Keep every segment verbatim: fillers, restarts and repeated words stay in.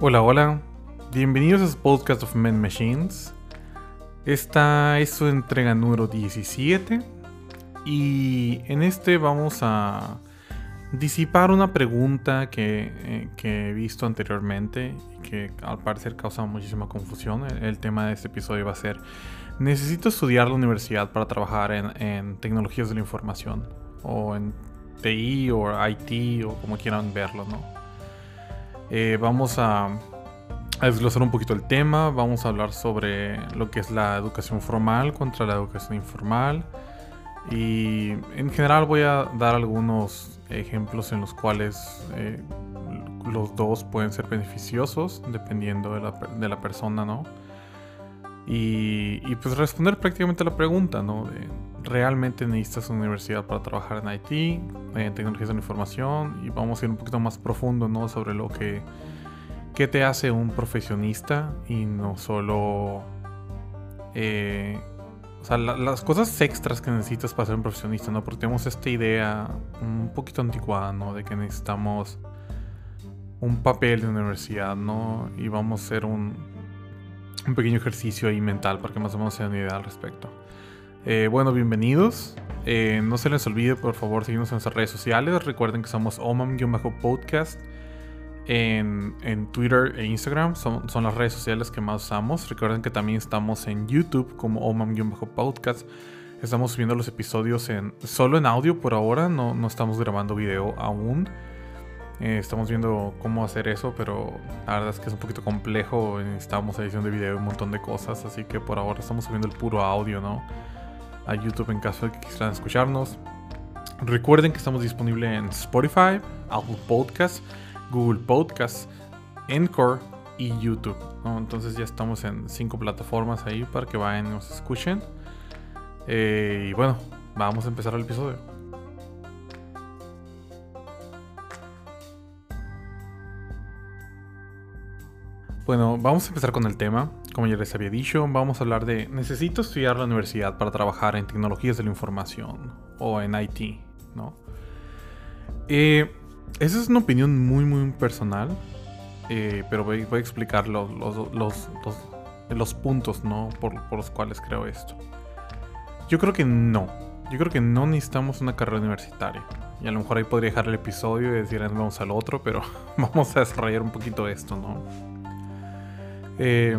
Hola, hola. Bienvenidos a su podcast of Men Machines. Esta es su entrega número diecisiete. Y en este vamos a disipar una pregunta que, eh, que he visto anteriormente y que al parecer causa muchísima confusión. El, el tema de este episodio va a ser: ¿necesito estudiar la universidad para trabajar en, en tecnologías de la información? O en T I o I T o como quieran verlo, ¿no? Eh, vamos a, a desglosar un poquito el tema. Vamos a hablar sobre lo que es la educación formal contra la educación informal. Y en general voy a dar algunos ejemplos en los cuales eh, los dos pueden ser beneficiosos dependiendo de la, de la persona, ¿no? Y, y pues responder prácticamente a la pregunta, ¿no? De, ¿realmente necesitas una universidad para trabajar en I T, en tecnologías de la información? Y vamos a ir un poquito más profundo, ¿no? Sobre lo que, qué te hace un profesionista y no solo... Eh, o sea, la, las cosas extras que necesitas para ser un profesionista, ¿no? Porque tenemos esta idea un poquito anticuada, ¿no? De que necesitamos un papel de universidad, ¿no? Y vamos a hacer un, un pequeño ejercicio ahí mental para que más o menos se den una idea al respecto. Eh, bueno, bienvenidos. Eh, no se les olvide, por favor, seguirnos en nuestras redes sociales. Recuerden que somos omam-podcast en, en Twitter e Instagram. Son, son las redes sociales que más usamos. Recuerden que también estamos en YouTube como omam-podcast. Estamos subiendo los episodios en, solo en audio por ahora. No, no estamos grabando video aún. Eh, estamos viendo cómo hacer eso, pero la verdad es que es un poquito complejo. Necesitamos edición de video y un montón de cosas. Así que por ahora estamos subiendo el puro audio, ¿no? A YouTube en caso de que quisieran escucharnos. Recuerden que estamos disponibles en Spotify, Apple Podcasts, Google Podcasts, Anchor y YouTube, ¿no? Entonces ya estamos en cinco plataformas ahí para que vayan y nos escuchen. Eh, y bueno, vamos a empezar el episodio. Bueno, vamos a empezar con el tema. Como ya les había dicho, vamos a hablar de ¿necesito estudiar la universidad para trabajar en tecnologías de la información o en I T? ¿No? Eh, esa es una opinión muy muy personal, eh, pero voy, voy a explicar los, los, los, los, los puntos, ¿no? por, por los cuales creo esto. Yo creo que no. Yo creo que no necesitamos una carrera universitaria. Y a lo mejor ahí podría dejar el episodio y decir vamos al otro, pero vamos a desarrollar un poquito esto, ¿no? Eh,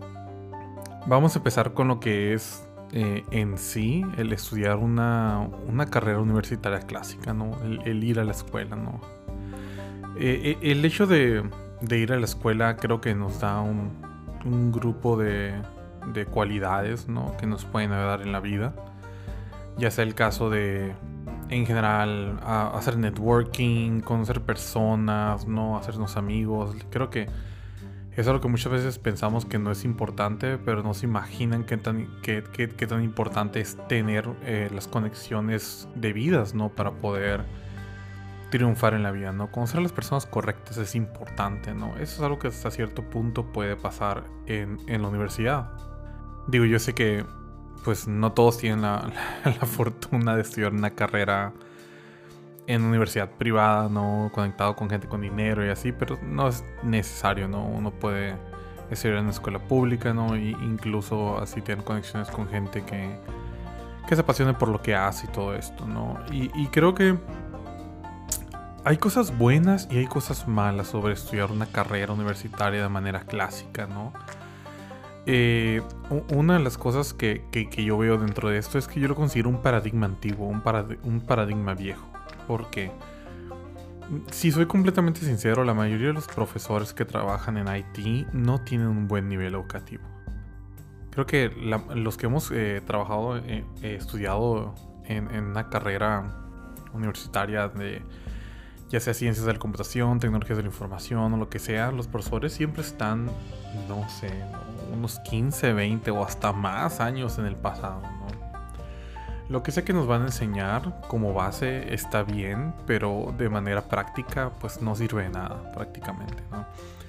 vamos a empezar con lo que es eh, en sí el estudiar una, una carrera universitaria clásica, ¿no? El, el ir a la escuela, ¿no? Eh, el hecho de, de ir a la escuela creo que nos da un, un grupo de, de cualidades, ¿no? Que nos pueden ayudar en la vida. Ya sea el caso de, en general, a, hacer networking, conocer personas, ¿no? Hacernos amigos. Creo que es algo que muchas veces pensamos que no es importante, pero no se imaginan qué tan, qué, qué, qué tan importante es tener eh, las conexiones debidas, ¿no? Para poder triunfar en la vida, ¿no? Conocer a las personas correctas es importante, ¿no? Eso es algo que hasta cierto punto puede pasar en, en la universidad. Digo, yo sé que pues no todos tienen la, la, la fortuna de estudiar una carrera en universidad privada, ¿no? Conectado con gente con dinero y así, pero no es necesario, ¿no? Uno puede estudiar en una escuela pública, ¿no? E incluso así tener conexiones con gente que, que se apasione por lo que hace y todo esto, ¿no? Y, y creo que hay cosas buenas y hay cosas malas sobre estudiar una carrera universitaria de manera clásica, ¿no? Eh, una de las cosas que, que, que yo veo dentro de esto es que yo lo considero un paradigma antiguo, un, parad- un paradigma viejo. Porque, si soy completamente sincero, la mayoría de los profesores que trabajan en I T no tienen un buen nivel educativo. Creo que la, los que hemos eh, trabajado, eh, eh, estudiado en, en una carrera universitaria de ya sea ciencias de la computación, tecnologías de la información o lo que sea, los profesores siempre están, no sé, unos quince, veinte o hasta más años en el pasado, ¿no? Lo que sea que nos van a enseñar como base está bien, pero de manera práctica pues no sirve de nada prácticamente, ¿no?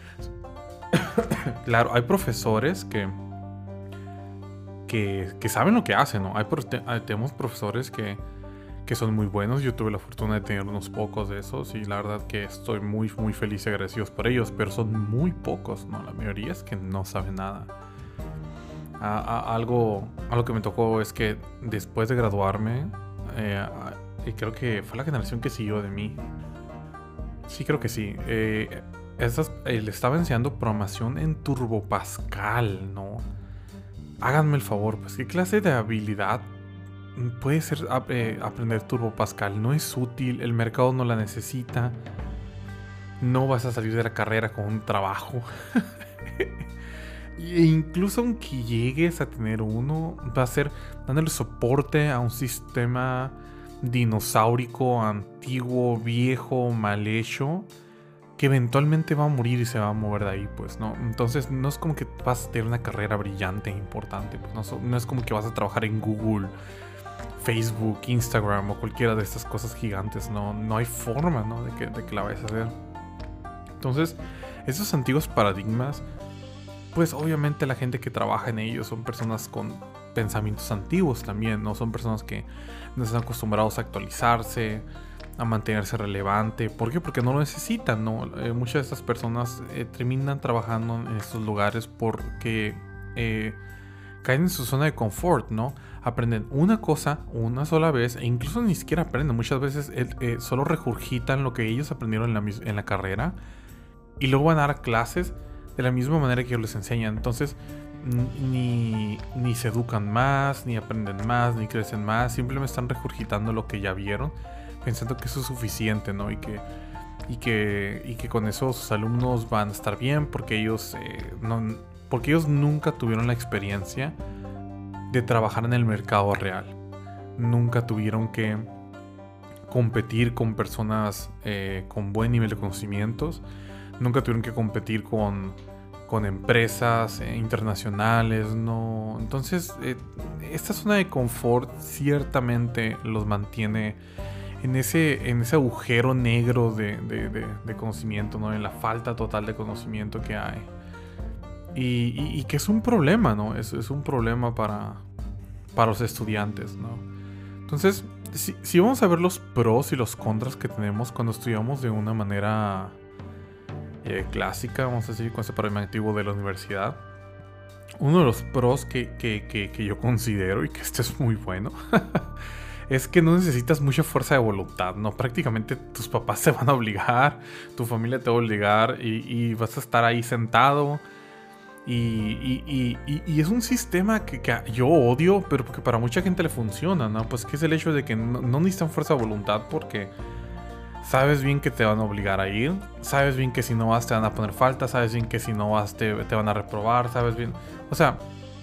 Claro, hay profesores que, que, que saben lo que hacen, ¿no? Hay, tenemos profesores que que son muy buenos. Yo tuve la fortuna de tener unos pocos de esos y la verdad que estoy muy, muy feliz y agradecido por ellos, pero son muy pocos, ¿no? La mayoría es que no saben nada. A, a, algo, algo que me tocó es que después de graduarme, eh, y creo que fue la generación que siguió de mí. Sí, creo que sí. Eh, esas, eh, le estaba enseñando programación en Turbo Pascal, ¿no? Háganme el favor, pues, ¿qué clase de habilidad puede ser eh, aprender Turbo Pascal? No es útil, el mercado no la necesita. No vas a salir de la carrera con un trabajo. E incluso aunque llegues a tener uno, va a ser dándole soporte a un sistema dinosaurico, antiguo, viejo, mal hecho, que eventualmente va a morir y se va a mover de ahí, pues, ¿no? Entonces no es como que vas a tener una carrera brillante e importante, pues, no, no es como que vas a trabajar en Google, Facebook, Instagram o cualquiera de estas cosas gigantes, no, no hay forma, ¿no? de, que, de que la vayas a hacer. Entonces, esos antiguos paradigmas, pues obviamente la gente que trabaja en ellos son personas con pensamientos antiguos también, ¿no? Son personas que no están acostumbrados a actualizarse, a mantenerse relevante. ¿Por qué? Porque no lo necesitan, ¿no? Eh, muchas de estas personas eh, terminan trabajando en estos lugares porque eh, caen en su zona de confort, ¿no? Aprenden una cosa una sola vez e incluso ni siquiera aprenden. Muchas veces eh, eh, solo regurgitan lo que ellos aprendieron en la, en la carrera y luego van a dar clases de la misma manera que ellos les enseñan. Entonces ni, ni se educan más, ni aprenden más, ni crecen más. Simplemente están regurgitando lo que ya vieron, pensando que eso es suficiente, ¿no? Y que, y que, y que con eso sus alumnos van a estar bien porque ellos, eh, no, porque ellos nunca tuvieron la experiencia de trabajar en el mercado real. Nunca tuvieron que competir con personas eh, con buen nivel de conocimientos. Nunca tuvieron que competir con, con empresas eh, internacionales, ¿no? Entonces, eh, esta zona de confort ciertamente los mantiene en ese, en ese agujero negro de, de, de, de conocimiento, ¿no? En la falta total de conocimiento que hay. Y, y, y que es un problema, ¿no? Es, es un problema para, para los estudiantes, ¿no? Entonces, si, si vamos a ver los pros y los contras que tenemos cuando estudiamos de una manera eh, clásica, vamos a decir, con ese paradigma antiguo de la universidad, uno de los pros que, que, que, que yo considero, y que este es muy bueno, es que no necesitas mucha fuerza de voluntad, ¿no? Prácticamente tus papás te van a obligar, tu familia te va a obligar y, y vas a estar ahí sentado. Y, y, y, y, y es un sistema que, que yo odio, pero que para mucha gente le funciona, ¿no? Pues que es el hecho de que no, no necesitan fuerza de voluntad porque sabes bien que te van a obligar a ir, sabes bien que si no vas te van a poner falta, sabes bien que si no vas te, te van a reprobar, sabes bien. O sea,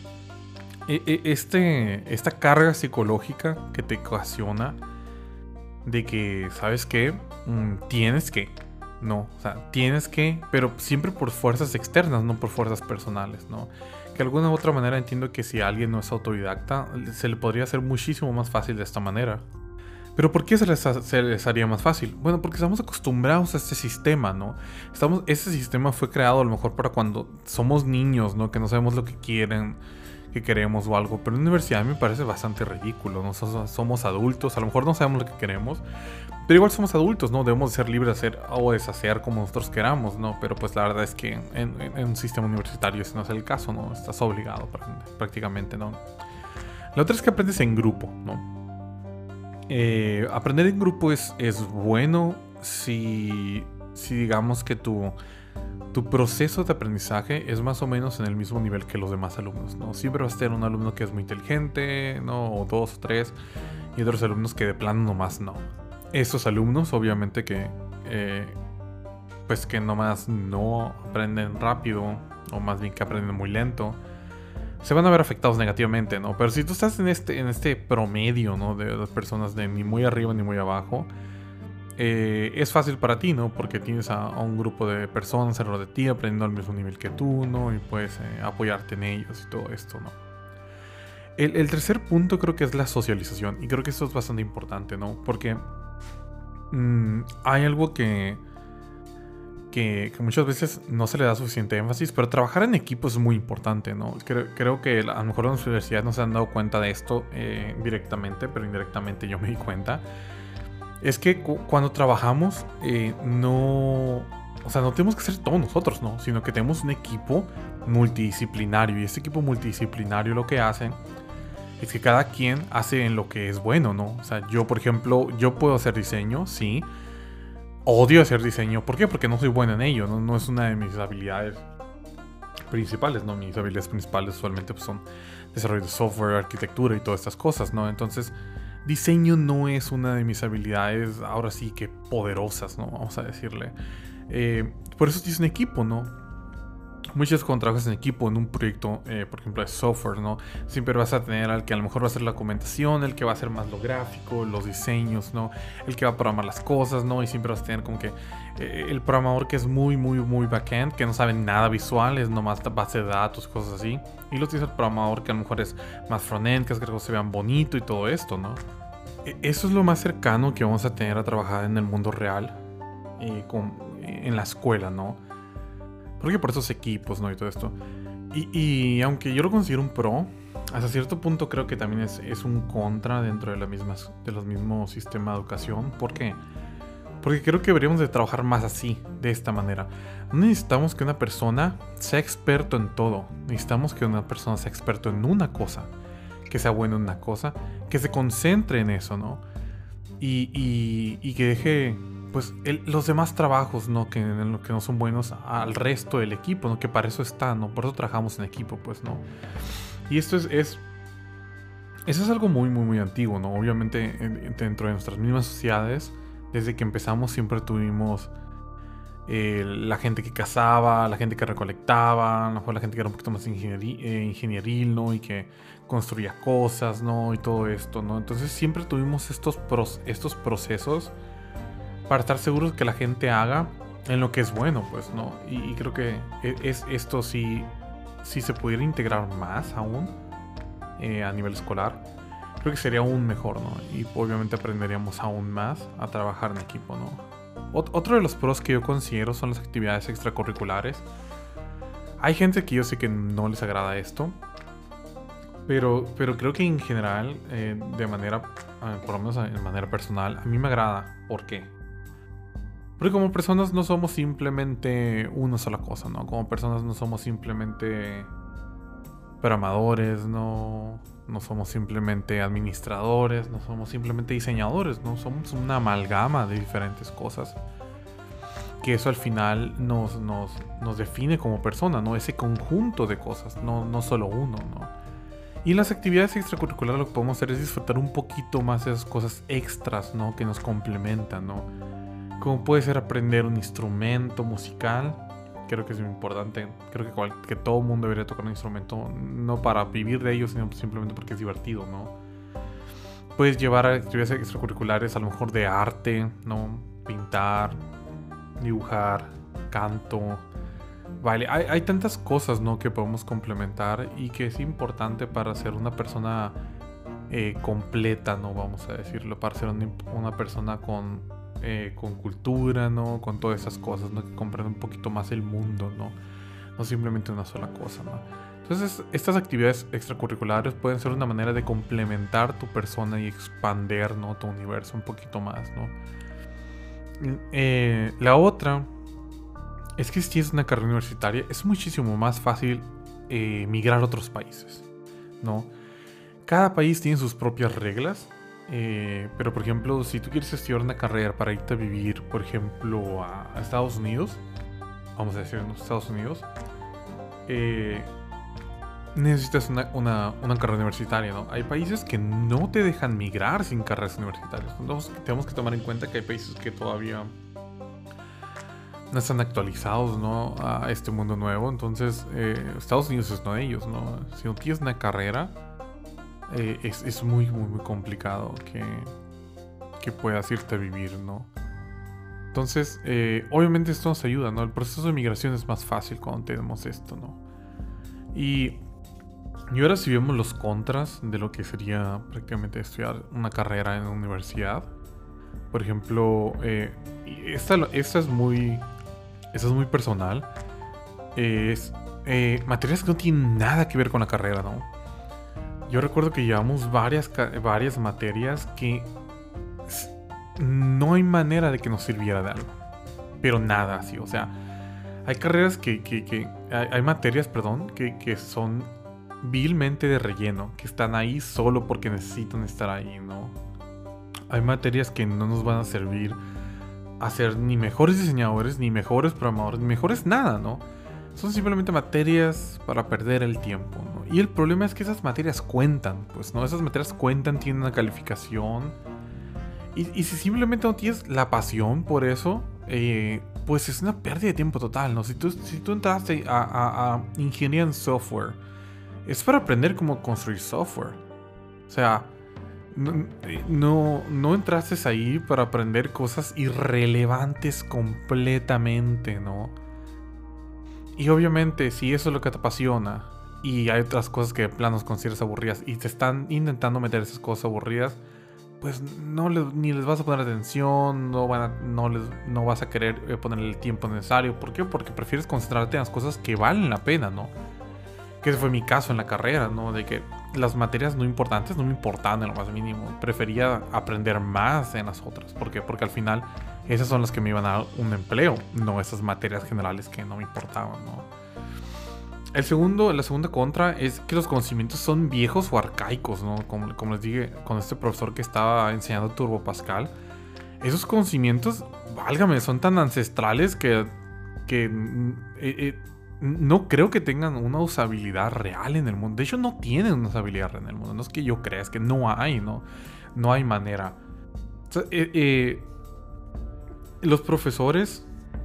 este, esta carga psicológica que te ocasiona de que, ¿sabes qué? Mm, tienes que... No, o sea, tienes que, pero siempre por fuerzas externas, no por fuerzas personales, ¿no? Que de alguna u otra manera entiendo que si alguien no es autodidacta, se le podría hacer muchísimo más fácil de esta manera. Pero ¿por qué se les, se les haría más fácil? Bueno, porque estamos acostumbrados a este sistema, ¿no? Estamos, este sistema fue creado a lo mejor para cuando somos niños, ¿no? Que no sabemos lo que quieren, que queremos o algo. Pero en la universidad me parece bastante ridículo, ¿no? Somos adultos, a lo mejor no sabemos lo que queremos, pero igual somos adultos, ¿no? Debemos de ser libres de hacer o deshacer como nosotros queramos, ¿no? Pero pues la verdad es que en, en, en un sistema universitario ese no es el caso, ¿no? Estás obligado prácticamente, ¿no? La otra es que aprendes en grupo, ¿no? Eh, aprender en grupo es, es bueno si, si digamos que tu, tu proceso de aprendizaje es más o menos en el mismo nivel que los demás alumnos, ¿no? Siempre vas a tener un alumno que es muy inteligente, ¿no? O dos o tres, y otros alumnos que de plano nomás no. Estos alumnos, obviamente que eh, pues que nomás no aprenden rápido, o más bien que aprenden muy lento, se van a ver afectados negativamente, ¿no? Pero si tú estás en este, en este promedio, ¿no? De las personas de ni muy arriba ni muy abajo, eh, es fácil para ti, ¿no? Porque tienes a, a un grupo de personas alrededor de ti aprendiendo al mismo nivel que tú, ¿no? Y puedes eh, apoyarte en ellos y todo esto, ¿no? El, el tercer punto creo que es la socialización, y creo que esto es bastante importante, ¿no? Porque mmm, hay algo que, que, que muchas veces no se le da suficiente énfasis, pero trabajar en equipo es muy importante, ¿no? Creo, creo que a lo mejor las universidades no se han dado cuenta de esto eh, directamente, pero indirectamente yo me di cuenta. Es que cu cuando trabajamos, eh, no... O sea, no tenemos que ser todos nosotros, ¿no? Sino que tenemos un equipo multidisciplinario. Y ese equipo multidisciplinario lo que hace es que cada quien hace en lo que es bueno, ¿no? O sea, yo, por ejemplo, yo puedo hacer diseño, sí. Odio hacer diseño. ¿Por qué? Porque no soy bueno en ello, ¿no? No es una de mis habilidades principales, ¿no? Mis habilidades principales usualmente pues, son desarrollo de software, arquitectura y todas estas cosas, ¿no? Entonces, diseño no es una de mis habilidades, ahora sí que poderosas, ¿no? Vamos a decirle. Eh, por eso tienes un equipo, ¿no? Muchas veces cuando trabajas en equipo, en un proyecto, eh, por ejemplo, de software, ¿no? Siempre vas a tener al que a lo mejor va a hacer la documentación, el que va a hacer más lo gráfico, los diseños, ¿no? El que va a programar las cosas, ¿no? Y siempre vas a tener como que eh, el programador que es muy, muy, muy backend, que no sabe nada visual, es nomás base de datos, cosas así. Y luego tienes el programador que a lo mejor es más frontend, que es que las cosas se vean bonito y todo esto, ¿no? Eso es lo más cercano que vamos a tener a trabajar en el mundo real, eh, con, eh, en la escuela, ¿no? Porque por esos equipos, ¿no? Y todo esto. Y, y aunque yo lo considero un pro, hasta cierto punto creo que también es, es un contra dentro de, la mismas, de los mismos sistemas de educación. ¿Por qué? Porque creo que deberíamos de trabajar más así, de esta manera. No necesitamos que una persona sea experto en todo. Necesitamos que una persona sea experto en una cosa. Que sea bueno en una cosa. Que se concentre en eso, ¿no? Y, y, y que deje... pues el, los demás trabajos, ¿no? Que, en lo que no son buenos al resto del equipo, ¿no? Que para eso está, ¿no? Por eso trabajamos en equipo, pues, ¿no? Y esto es, es eso es algo muy, muy, muy antiguo, ¿no? Obviamente en, dentro de nuestras mismas sociedades, desde que empezamos siempre tuvimos eh, la gente que cazaba, la gente que recolectaba, a lo mejor la gente que era un poquito más ingenieri, eh, ingenieril, ¿no? Y que construía cosas, ¿no? Y todo esto, ¿no? Entonces siempre tuvimos estos, pros, estos procesos para estar seguros que la gente haga en lo que es bueno, pues, ¿no? Y, y creo que es, esto sí, sí se pudiera integrar más aún eh, a nivel escolar, creo que sería aún mejor, ¿no? Y obviamente aprenderíamos aún más a trabajar en equipo, ¿no? Ot- otro de los pros que yo considero son las actividades extracurriculares. Hay gente que yo sé que no les agrada esto, pero, pero creo que en general, eh, de manera, eh, por lo menos de manera personal, a mí me agrada. ¿Por qué? Porque como personas no somos simplemente una sola cosa, ¿no? Como personas no somos simplemente programadores, no, no somos simplemente administradores, no somos simplemente diseñadores, ¿no? Somos una amalgama de diferentes cosas. Que eso al final nos, nos, nos define como persona, ¿no? Ese conjunto de cosas, no, no solo uno, ¿no? Y en las actividades extracurriculares lo que podemos hacer es disfrutar un poquito más de esas cosas extras, ¿no? Que nos complementan, ¿no? Como puede ser aprender un instrumento musical. Creo que es muy importante. Creo que, cual, que todo el mundo debería tocar un instrumento. No para vivir de ello, sino simplemente porque es divertido, ¿no? Puedes llevar a actividades extracurriculares a lo mejor de arte, ¿no? Pintar, dibujar, canto, baile. Hay, hay tantas cosas, ¿no? Que podemos complementar y que es importante para ser una persona eh, completa, ¿no? Vamos a decirlo. Para ser una, una persona con... Eh, con cultura, ¿no? Con todas esas cosas, ¿no? Que comprenden un poquito más el mundo, ¿no? No simplemente una sola cosa, ¿no? Entonces, estas actividades extracurriculares pueden ser una manera de complementar tu persona y expander, ¿no? Tu universo un poquito más, ¿no? Eh, la otra es que si tienes una carrera universitaria es muchísimo más fácil eh, migrar a otros países, ¿no? Cada país tiene sus propias reglas. Eh, pero por ejemplo, si tú quieres estudiar una carrera para irte a vivir, por ejemplo, a, a Estados Unidos, vamos a decir en los Estados Unidos, eh, necesitas una, una, una carrera universitaria, ¿no? Hay países que no te dejan migrar sin carreras universitarias. Entonces, tenemos que tomar en cuenta que hay países que todavía no están actualizados, ¿no? A este mundo nuevo. Entonces, eh, Estados Unidos es uno de ellos, ¿no? Si no tienes una carrera, Eh, es, es muy, muy, muy complicado que, que puedas irte a vivir, ¿no? Entonces, eh, obviamente esto nos ayuda, ¿no? El proceso de migración es más fácil cuando tenemos esto, ¿no? Y, y ahora si vemos los contras de lo que sería prácticamente estudiar una carrera en una universidad. Por ejemplo, eh, esta, esta es muy eso es muy personal. Es eh, materias que no tienen nada que ver con la carrera, ¿no? Yo recuerdo que llevamos varias, varias materias que no hay manera de que nos sirviera de algo. Pero nada así, o sea, hay carreras que, que, que hay, hay materias, perdón, que, que son vilmente de relleno, que están ahí solo porque necesitan estar ahí, ¿no? Hay materias que no nos van a servir a ser ni mejores diseñadores, ni mejores programadores, ni mejores nada, ¿no? Son simplemente materias para perder el tiempo, ¿no? Y el problema es que esas materias cuentan, pues, ¿no? Esas materias cuentan, tienen una calificación. Y, y si simplemente no tienes la pasión por eso, eh, pues es una pérdida de tiempo total, ¿no? Si tú, si tú entraste a, a, a ingeniería en software, es para aprender cómo construir software. O sea, no, no, no entraste ahí para aprender cosas irrelevantes completamente, ¿no? Y obviamente, si eso es lo que te apasiona y hay otras cosas que de plano consideras aburridas y te están intentando meter esas cosas aburridas, pues no les, ni les vas a poner atención, no, van a, no, les, no vas a querer eh, ponerle el tiempo necesario. ¿Por qué? Porque prefieres concentrarte en las cosas que valen la pena, ¿no? Que ese fue mi caso en la carrera, ¿no? De que las materias no importantes no me importaban en lo más mínimo. Prefería aprender más en las otras. ¿Por qué? Porque al final esas son las que me iban a dar un empleo, no esas materias generales que no me importaban, ¿no? El segundo, la segunda contra es que los conocimientos son viejos o arcaicos, ¿no? Como, como les dije con este profesor que estaba enseñando Turbo Pascal. Esos conocimientos, válgame, son tan ancestrales que, que eh, eh, no creo que tengan una usabilidad real en el mundo. De hecho, no tienen una usabilidad real en el mundo. No es que yo crea, es que no hay, ¿no? No hay manera. O sea, eh, eh, los profesores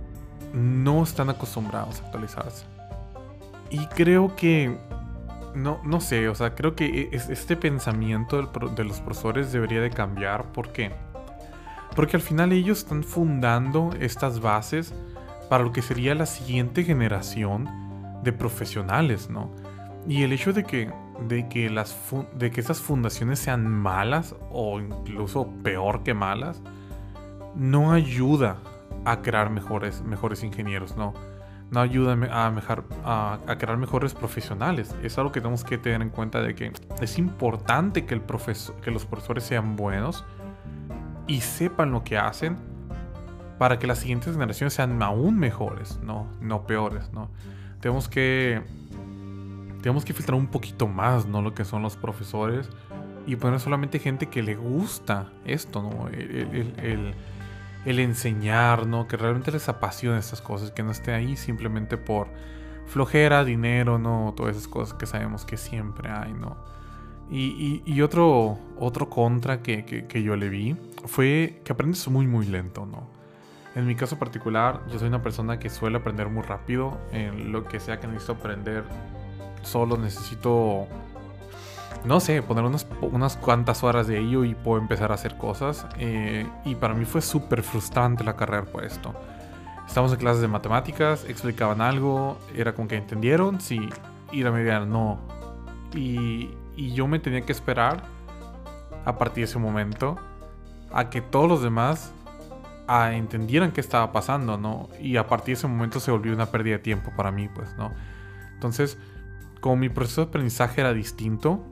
no están acostumbrados a actualizarse. Y creo que, no, no sé, o sea, creo que este pensamiento del, de los profesores debería de cambiar. ¿Por qué? Porque al final ellos están fundando estas bases para lo que sería la siguiente generación de profesionales, ¿no? Y el hecho de que, de que, las de que esas fundaciones sean malas o incluso peor que malas, no ayuda a crear mejores, mejores ingenieros, ¿no? No ayuda a, mejor, a, a crear mejores profesionales. Es algo que tenemos que tener en cuenta, de que es importante que, el profesor, que los profesores sean buenos y sepan lo que hacen para que las siguientes generaciones sean aún mejores, no, no peores, ¿no? Tenemos que, tenemos que filtrar un poquito más, ¿no? Lo que son los profesores y poner solamente gente que le gusta esto, ¿no? El, el, el, el enseñar, ¿no? Que realmente les apasione estas cosas, que no esté ahí simplemente por flojera, dinero, ¿no? Todas esas cosas que sabemos que siempre hay, ¿no? Y, y, y otro, otro contra que, que, que yo le vi fue que aprendes muy muy lento, ¿no? En mi caso particular, yo soy una persona que suele aprender muy rápido. En lo que sea que necesito aprender, solo necesito, no sé, poner unas, unas cuantas horas de ello y puedo empezar a hacer cosas. Eh, y para mí fue súper frustrante la carrera por esto. Estábamos en clases de matemáticas, explicaban algo, era como que entendieron, sí, y la mayoría no. Y, y yo me tenía que esperar a partir de ese momento a que todos los demás a entendieran qué estaba pasando, ¿no? Y a partir de ese momento se volvió una pérdida de tiempo para mí, pues, ¿no? Entonces, como mi proceso de aprendizaje era distinto,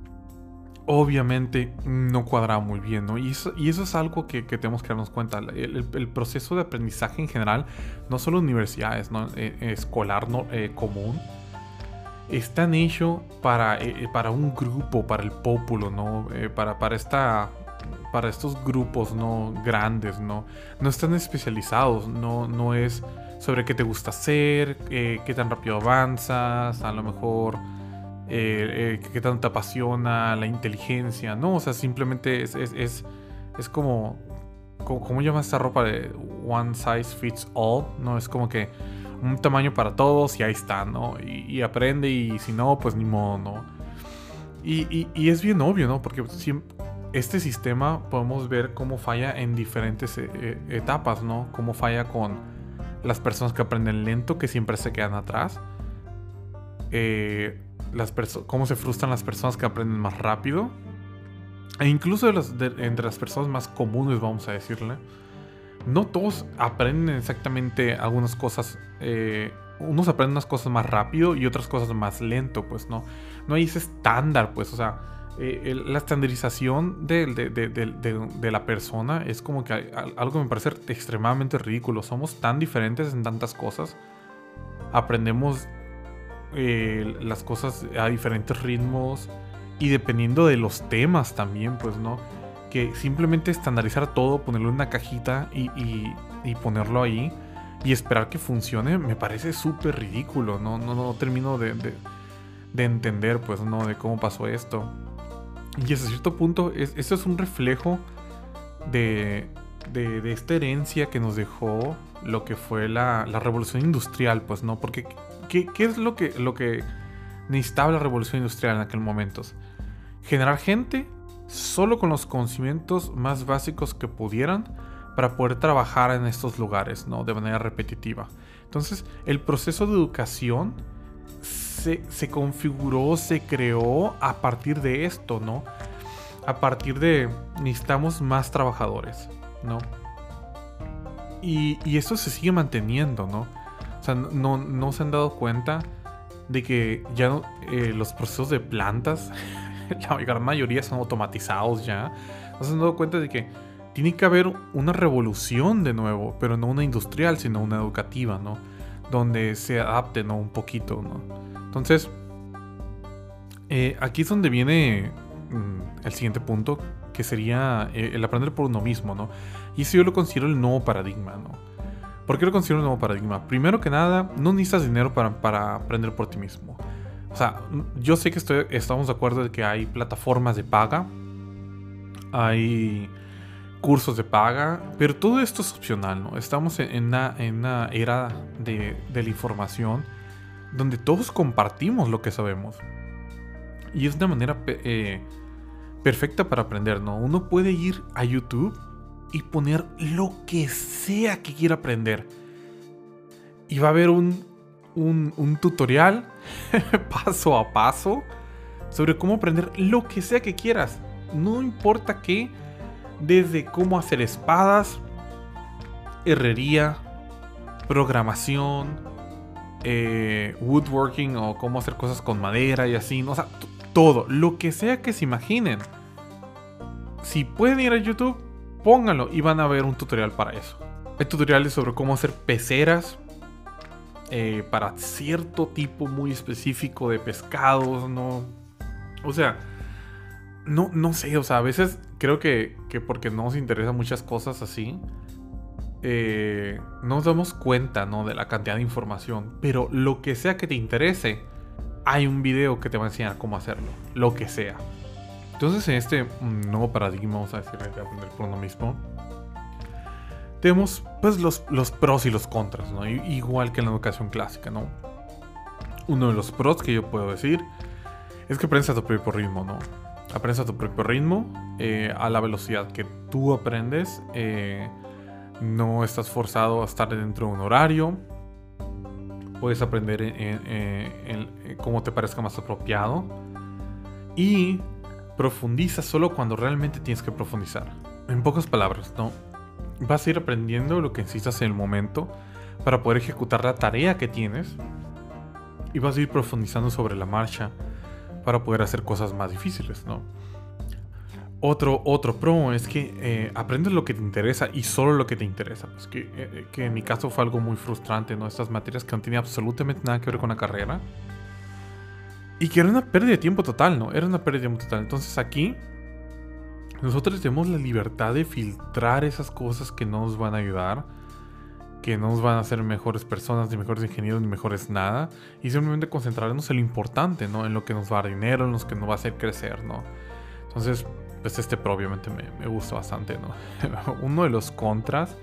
obviamente no cuadraba muy bien, ¿no? Y eso, y eso es algo que, que tenemos que darnos cuenta. El, el, el proceso de aprendizaje en general, no solo universidades, ¿no? Eh, escolar, ¿no? Eh, común, están hechos para, eh, para un grupo, para el pueblo, ¿no? Eh, para, para esta... para estos grupos, ¿no? Grandes, ¿no? No están especializados, no, no es sobre qué te gusta hacer, eh, qué tan rápido avanzas, a lo mejor eh, eh, qué tanto te apasiona, la inteligencia, ¿no? O sea, simplemente es, es, es, es como, como, ¿cómo llama esta ropa de one size fits all? ¿No? Es como que un tamaño para todos y ahí está, ¿no? Y, y aprende, y si no, pues ni modo, ¿no? Y, y, y es bien obvio, ¿no? Porque siempre... este sistema podemos ver cómo falla en diferentes eh, etapas, ¿no? Cómo falla con las personas que aprenden lento, que siempre se quedan atrás. Eh, las cómo se frustran las personas que aprenden más rápido. E incluso de las, de, entre las personas más comunes, vamos a decirle. no todos aprenden exactamente algunas cosas. Eh, unos aprenden unas cosas más rápido y otras cosas más lento, pues no. No hay ese estándar, pues, o sea, eh, el, la estandarización de, de, de, de, de, de la persona es como que hay, algo que me parece extremadamente ridículo. Somos tan diferentes en tantas cosas. Aprendemos eh, las cosas a diferentes ritmos y dependiendo de los temas también, pues, ¿no? Que simplemente estandarizar todo, ponerlo en una cajita y, y, y ponerlo ahí y esperar que funcione me parece súper ridículo. No, no, no termino de, de, de entender, pues, ¿no? De cómo pasó esto. Y hasta cierto punto, es, eso es un reflejo de, de, de esta herencia que nos dejó lo que fue la, la revolución industrial, pues, ¿no? Porque, ¿qué, qué es lo que, lo que necesitaba la revolución industrial en aquel momento? Generar gente solo con los conocimientos más básicos que pudieran para poder trabajar en estos lugares, ¿no? De manera repetitiva. Entonces, el proceso de educación se, se configuró, se creó a partir de esto, ¿no? A partir de necesitamos más trabajadores, ¿no? Y, y eso se sigue manteniendo, ¿no? O sea, no, no se han dado cuenta de que ya no, eh, los procesos de plantas, la gran mayoría son automatizados ya. No se han dado cuenta de que tiene que haber una revolución de nuevo, pero no una industrial, sino una educativa, ¿no? Donde se adapte, ¿no? Un poquito, ¿no? Entonces, eh, aquí es donde viene mmm, el siguiente punto, que sería eh, el aprender por uno mismo, ¿no? Y eso yo lo considero el nuevo paradigma, ¿no? ¿Por qué lo considero el nuevo paradigma? Primero que nada, no necesitas dinero para, para aprender por ti mismo. O sea, yo sé que estoy, estamos de acuerdo de que hay plataformas de paga, hay cursos de paga, pero todo esto es opcional, ¿no? Estamos en una, en una era de, de la información donde todos compartimos lo que sabemos. Y es una manera eh, perfecta para aprender, ¿no? Uno puede ir a YouTube y poner lo que sea que quiera aprender. Y va a haber un, un, un tutorial paso a paso sobre cómo aprender lo que sea que quieras. No importa qué, desde cómo hacer espadas, herrería, programación, eh, woodworking o cómo hacer cosas con madera y así, ¿no? O sea, t- todo, lo que sea que se imaginen. Si pueden ir a YouTube, pónganlo y van a ver un tutorial para eso. Hay tutoriales sobre cómo hacer peceras eh, para cierto tipo muy específico de pescados, ¿no? O sea, no, no sé, o sea, a veces creo que, que porque no nos interesan muchas cosas así, eh, no nos damos cuenta, ¿no? De la cantidad de información. Pero lo que sea que te interese, hay un video que te va a enseñar cómo hacerlo. Lo que sea. Entonces, en este nuevo paradigma, vamos a decir, de aprender por uno mismo, tenemos pues los, los pros y los contras, ¿no? Igual que en la educación clásica, ¿no? Uno de los pros que yo puedo decir es que aprendes a tu propio ritmo, ¿no? Aprendes a tu propio ritmo, eh, a la velocidad que tú aprendes. Eh, no estás forzado a estar dentro de un horario. Puedes aprender en, en, en, en cómo te parezca más apropiado. Y profundiza solo cuando realmente tienes que profundizar. En pocas palabras, ¿no? Vas a ir aprendiendo lo que necesitas en el momento para poder ejecutar la tarea que tienes. Y vas a ir profundizando sobre la marcha para poder hacer cosas más difíciles, ¿no? Otro, otro pro es que eh, aprendes lo que te interesa y solo lo que te interesa. Pues que, eh, que en mi caso fue algo muy frustrante, ¿no? Estas materias que no tenían absolutamente nada que ver con la carrera. Y que era una pérdida de tiempo total, ¿no? Era una pérdida de tiempo total. Entonces aquí nosotros tenemos la libertad de filtrar esas cosas que no nos van a ayudar, que no nos van a hacer mejores personas, ni mejores ingenieros, ni mejores nada. Y simplemente concentrarnos en lo importante, ¿no? En lo que nos va a dar dinero, en lo que nos va a hacer crecer, ¿no? Entonces, pues este pro obviamente me, me gusta bastante, ¿no? Uno de los contras...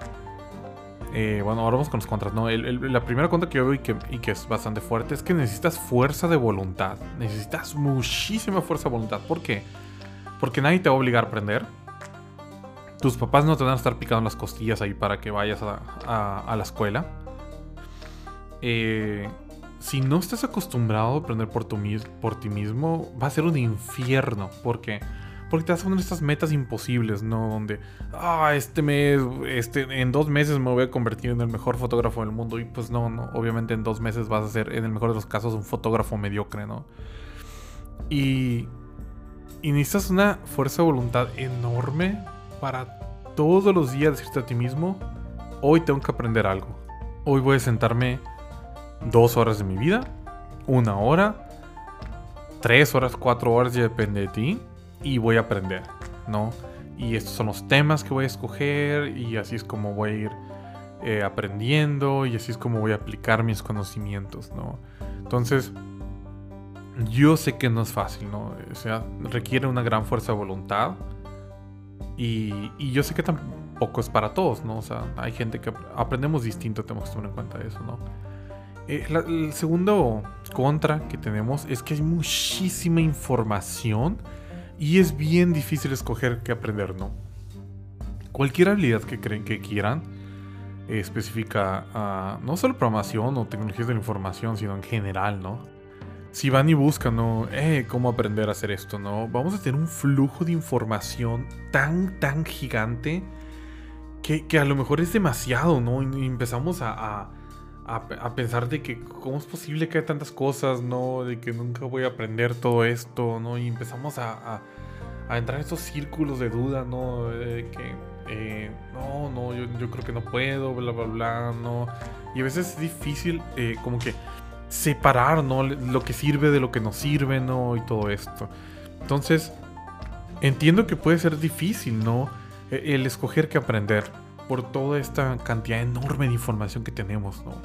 Eh, bueno, ahora vamos con los contras, ¿no? El, el, la primera contra que yo veo y que, y que es bastante fuerte es que necesitas fuerza de voluntad. Necesitas muchísima fuerza de voluntad. ¿Por qué? Porque nadie te va a obligar a aprender. Tus papás no te van a estar picando las costillas ahí para que vayas a, a, a la escuela. Eh, si no estás acostumbrado a aprender por, tu, por ti mismo, va a ser un infierno. ¿Por qué? Porque te vas a poner estas metas imposibles, ¿no? Donde, ah, este mes, este, en dos meses me voy a convertir en el mejor fotógrafo del mundo. Y pues no, no, obviamente en dos meses vas a ser, en el mejor de los casos, un fotógrafo mediocre, ¿no? Y, y necesitas una fuerza de voluntad enorme para todos los días decirte a ti mismo, hoy tengo que aprender algo. Hoy voy a sentarme dos horas de mi vida, una hora, tres horas, cuatro horas, ya depende de ti, y voy a aprender, ¿no? Y estos son los temas que voy a escoger, y así es como voy a ir eh, aprendiendo, y así es como voy a aplicar mis conocimientos, ¿no? Entonces, yo sé que no es fácil, ¿no? O sea, requiere una gran fuerza de voluntad, y, y yo sé que tampoco es para todos, ¿no? O sea, hay gente que aprendemos distinto, tenemos que tener en cuenta eso, ¿no? Eh, la, el segundo contra que tenemos es que hay muchísima información y es bien difícil escoger qué aprender, ¿no? Cualquier habilidad que creen que quieran eh, específica uh, no solo programación o tecnologías de la información, sino en general, ¿no? Si van y buscan, ¿no? Eh, ¿cómo aprender a hacer esto, no? Vamos a tener un flujo de información tan, tan gigante que, que a lo mejor es demasiado, ¿no? Y empezamos a... a A, a pensar de que cómo es posible que haya tantas cosas, ¿no? De que nunca voy a aprender todo esto, ¿no? Y empezamos a, a, a entrar en estos círculos de duda, ¿no? De que, eh, no, no, yo, yo creo que no puedo, bla, bla, bla, ¿no? Y a veces es difícil eh, como que separar, ¿no? Lo que sirve de lo que no sirve, ¿no? Y todo esto. Entonces, entiendo que puede ser difícil, ¿no? El escoger qué aprender por toda esta cantidad enorme de información que tenemos, ¿no?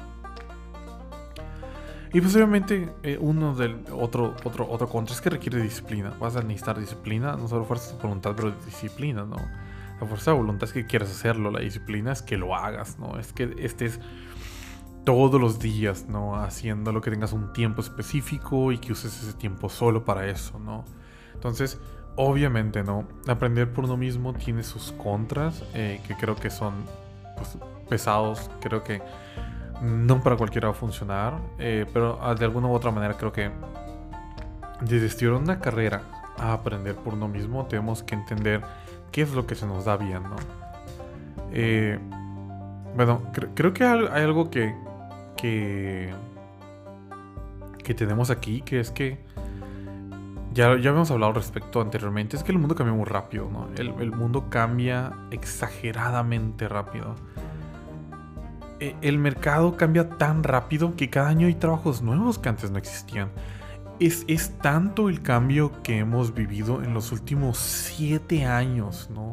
Y pues obviamente eh, uno del otro, otro, otro contra es que requiere disciplina. Vas a necesitar disciplina, no solo fuerza de voluntad, pero disciplina, ¿no? La fuerza de voluntad es que quieras hacerlo, la disciplina es que lo hagas, ¿no? Es que estés todos los días, ¿no? Haciendo lo que tengas un tiempo específico y que uses ese tiempo solo para eso, ¿no? Entonces, obviamente, ¿no? Aprender por uno mismo tiene sus contras, eh, que creo que son pues, pesados. Creo que no para cualquiera va a funcionar, eh, pero de alguna u otra manera creo que desde estudiar una carrera a aprender por uno mismo tenemos que entender qué es lo que se nos da bien, ¿no? Eh, bueno, cre- creo que hay algo que, que, que tenemos aquí, que es que Ya, ya habíamos hablado respecto anteriormente, es que el mundo cambia muy rápido, ¿no? El, el mundo cambia exageradamente rápido. E, el mercado cambia tan rápido que cada año hay trabajos nuevos que antes no existían. Es, es tanto el cambio que hemos vivido en los últimos siete años, ¿no?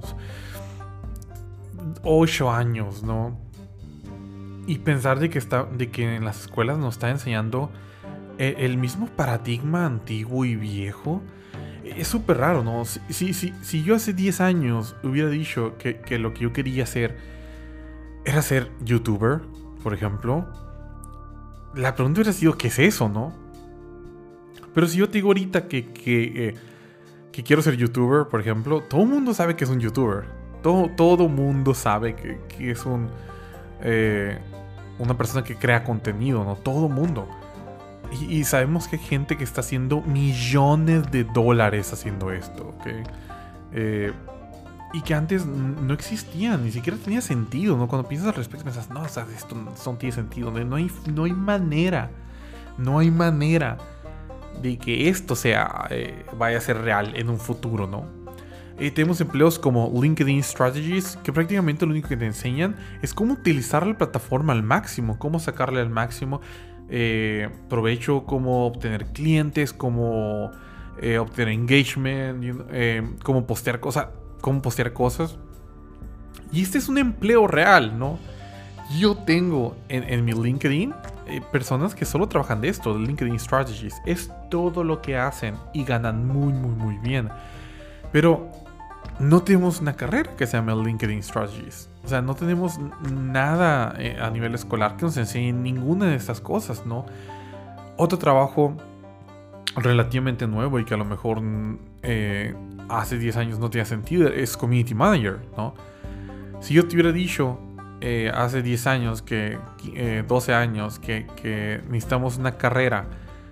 Ocho años, ¿no? Y pensar de que, está, de que en las escuelas nos está enseñando el mismo paradigma antiguo y viejo es súper raro, ¿no? Si, si, si, si yo hace diez años hubiera dicho que, que lo que yo quería hacer era ser youtuber, por ejemplo, la pregunta hubiera sido, ¿qué es eso, no? Pero si yo te digo ahorita que, que, eh, que quiero ser youtuber, por ejemplo, todo el mundo sabe que es un youtuber. Todo, todo mundo sabe que, que es un eh, una persona que crea contenido, ¿no? Todo mundo. Y, y sabemos que hay gente que está haciendo millones de dólares haciendo esto, ¿ok? Eh, y que antes no existían, ni siquiera tenía sentido, ¿no? Cuando piensas al respecto, piensas, no, o sea, esto no tiene sentido, ¿no? No hay, no hay manera, no hay manera de que esto sea, eh, vaya a ser real en un futuro, ¿no? Eh, tenemos empleos como LinkedIn Strategies, que prácticamente lo único que te enseñan es cómo utilizar la plataforma al máximo, cómo sacarle al máximo Eh, provecho, cómo obtener clientes, cómo eh, obtener engagement, you know, eh, cómo postear cosas, cómo postear cosas. Y este es un empleo real, ¿no? Yo tengo en, en mi LinkedIn eh, personas que solo trabajan de esto, de LinkedIn Strategies. Es todo lo que hacen y ganan muy, muy, muy bien. Pero no tenemos una carrera que se llame LinkedIn Strategies. O sea, no tenemos nada eh, a nivel escolar que nos enseñe ninguna de estas cosas, ¿no? Otro trabajo relativamente nuevo y que a lo mejor eh, hace diez años no tenía sentido es Community Manager, ¿no? Si yo te hubiera dicho eh, hace diez años, que eh, doce años, que, que necesitamos una carrera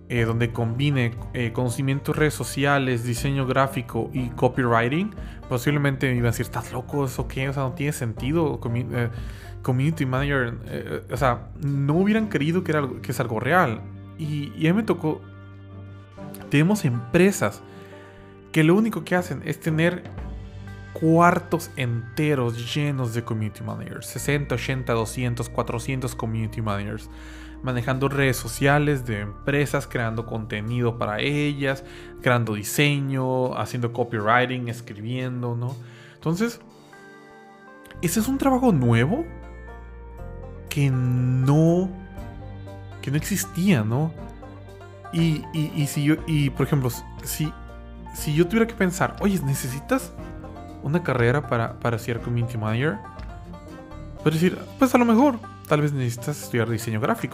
eh, donde combine eh, conocimientos de redes sociales, diseño gráfico y copywriting, posiblemente me iban a decir, ¿estás loco? ¿Eso qué? O sea, no tiene sentido. Comi eh, community manager, eh, o sea, no hubieran querido que, era algo, que es algo real. Y, y a mí me tocó, tenemos empresas que lo único que hacen es tener cuartos enteros llenos de community managers, sesenta, ochenta, doscientos, cuatrocientos community managers, manejando redes sociales de empresas, creando contenido para ellas, creando diseño, haciendo copywriting, escribiendo, ¿no? Entonces, ese es un trabajo nuevo que no, que no existía, ¿no? Y, y, y si yo, y por ejemplo, si, si yo tuviera que pensar, oye, ¿necesitas una carrera para, para ser community manager? Puedo decir, pues a lo mejor, tal vez necesitas estudiar diseño gráfico.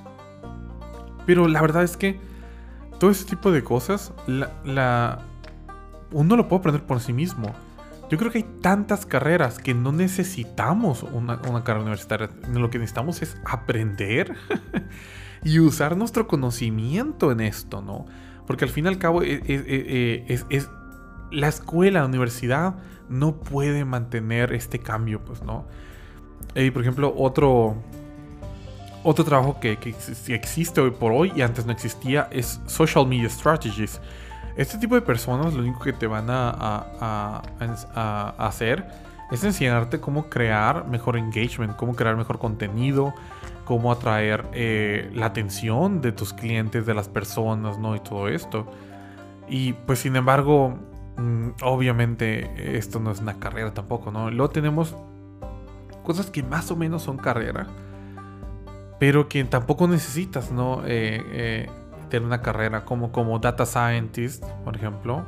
Pero la verdad es que todo ese tipo de cosas, la, la, uno lo puede aprender por sí mismo. Yo creo que hay tantas carreras que no necesitamos una, una carrera universitaria. Lo que necesitamos es aprender y usar nuestro conocimiento en esto, ¿no? Porque al fin y al cabo es, es, es, es la escuela, la universidad no puede mantener este cambio, pues, ¿no? Y por ejemplo, otro, otro trabajo que, que existe hoy por hoy y antes no existía es Social Media Strategies. Este tipo de personas lo único que te van a, a, a, a hacer es enseñarte cómo crear mejor engagement, cómo crear mejor contenido, cómo atraer eh, la atención de tus clientes, de las personas, ¿no? Y todo esto. Y pues sin embargo, mmm, obviamente esto no es una carrera tampoco, ¿no? Luego tenemos cosas que más o menos son carrera, pero que tampoco necesitas, ¿no? Eh, eh, tener una carrera como, como Data Scientist, por ejemplo.